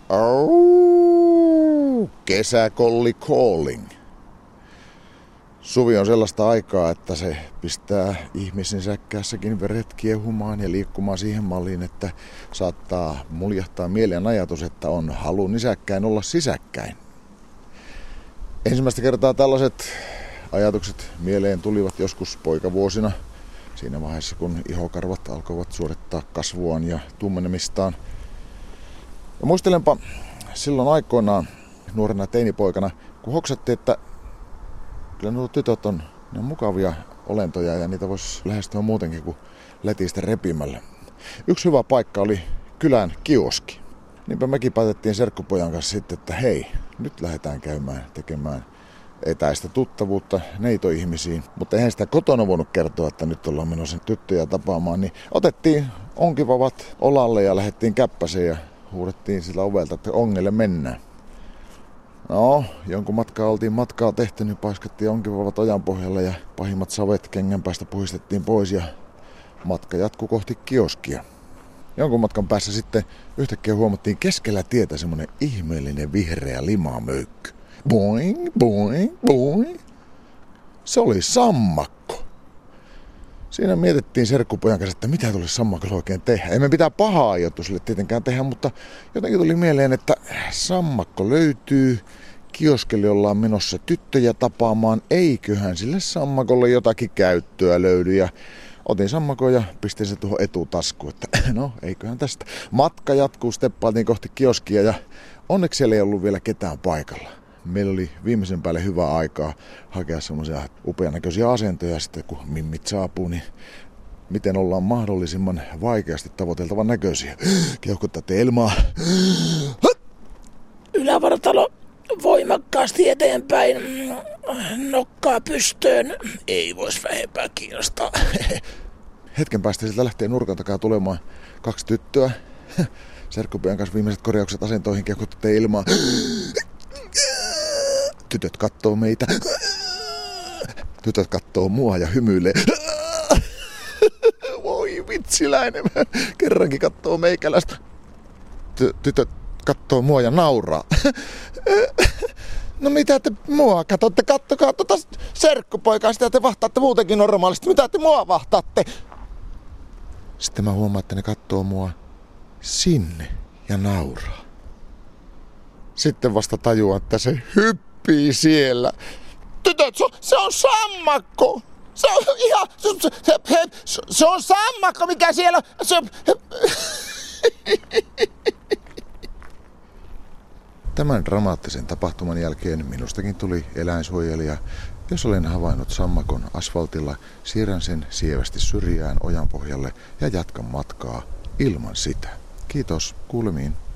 Oh, kesäkolli calling. Suvi on sellaista aikaa, että se pistää ihmisen säkkäässäkin veret kiehumaan ja liikkumaan siihen malliin, että saattaa muljahtaa mieleen ajatus, että on halu nisäkkäin olla sisäkkäin. Ensimmäistä kertaa tällaiset ajatukset mieleen tulivat joskus poikavuosina, siinä vaiheessa kun ihokarvat alkoivat suorittaa kasvuaan ja tummenemistaan. Ja muistelenpa silloin aikoinaan nuorena teinipoikana, kun hoksattiin, että kyllä nuo tytöt on mukavia olentoja ja niitä voisi lähestyä muutenkin kuin letistä repimällä. Yksi hyvä paikka oli kylän kioski. Niinpä mekin päätettiin serkkupojan kanssa sitten, että hei, nyt lähdetään tekemään etäistä tuttavuutta neitoihmisiin. Mutta eihän sitä kotona voinut kertoa, että nyt ollaan menossa tyttöjä tapaamaan, niin otettiin onkivavat olalle ja lähdettiin käppäseen ja huudettiin sillä ovelta, että ongelle mennään. No, jonkun matkaa tehty, niin paiskattiin onkivavat ojan pohjalle ja pahimmat savet kengänpäästä puhistettiin pois ja matka jatkui kohti kioskia. Jonkun matkan päässä sitten yhtäkkiä huomattiin keskellä tietä semmonen ihmeellinen vihreä limamöykky. Boing, boing, boing. Se oli sammakko. Siinä mietittiin serkkupojan kanssa, että mitä tulisi sammakolla oikein tehdä. Emme pitää pahaa ajoitu sille tietenkään tehdä, mutta jotenkin tuli mieleen, että sammakko löytyy. Kioskelle ollaan menossa tyttöjä tapaamaan. Eiköhän sille sammakolle jotakin käyttöä löydy. Ja otin sammakon ja pistin se tuohon etutaskuun, että no eiköhän tästä. Matka jatkuu, steppailtiin kohti kioskia ja onneksi siellä ei ollut vielä ketään paikalla. Meillä oli viimeisen päälle hyvää aikaa hakea semmoisia upeanäköisiä asentoja. Sitten kun mimmit saapuu, niin miten ollaan mahdollisimman vaikeasti tavoiteltavan näköisiä. Keuhkottaa Elmaa. Ylävartalo voimakkaasti eteenpäin. Nokkaa pystyyn. Ei vois vähempää kiinnostaa. Hetken päästä sieltä lähtee nurkan takaa tulemaan 2 tyttöä. Serkkupojan kanssa viimeiset korjaukset asentoihin, keuhkottaa Elmaa. Tytöt kattoo meitä. Tytöt kattoo mua ja hymyilee. Voi vitsiläinen. Kerrankin kattoo meikäläistä. Tytöt kattoo mua ja nauraa. No mitä te mua katsotte? Kattokaa tuota serkkupoikaa, sitä te vahtaatte muutenkin normaalisti. Mitä te mua vahtaatte? Sitten mä huomaan, että ne kattoo mua sinne ja nauraa. Sitten vasta tajuaa, että se hyppii siellä. Tytöt, se on sammakko! Se on ihan... Se on sammakko, mikä siellä... Tämän dramaattisen tapahtuman jälkeen minustakin tuli eläinsuojelija. Jos olen havainnut sammakon asfaltilla, siirrän sen sievästi syrjään ojan pohjalle ja jatkan matkaa ilman sitä. Kiitos, kuulemiin.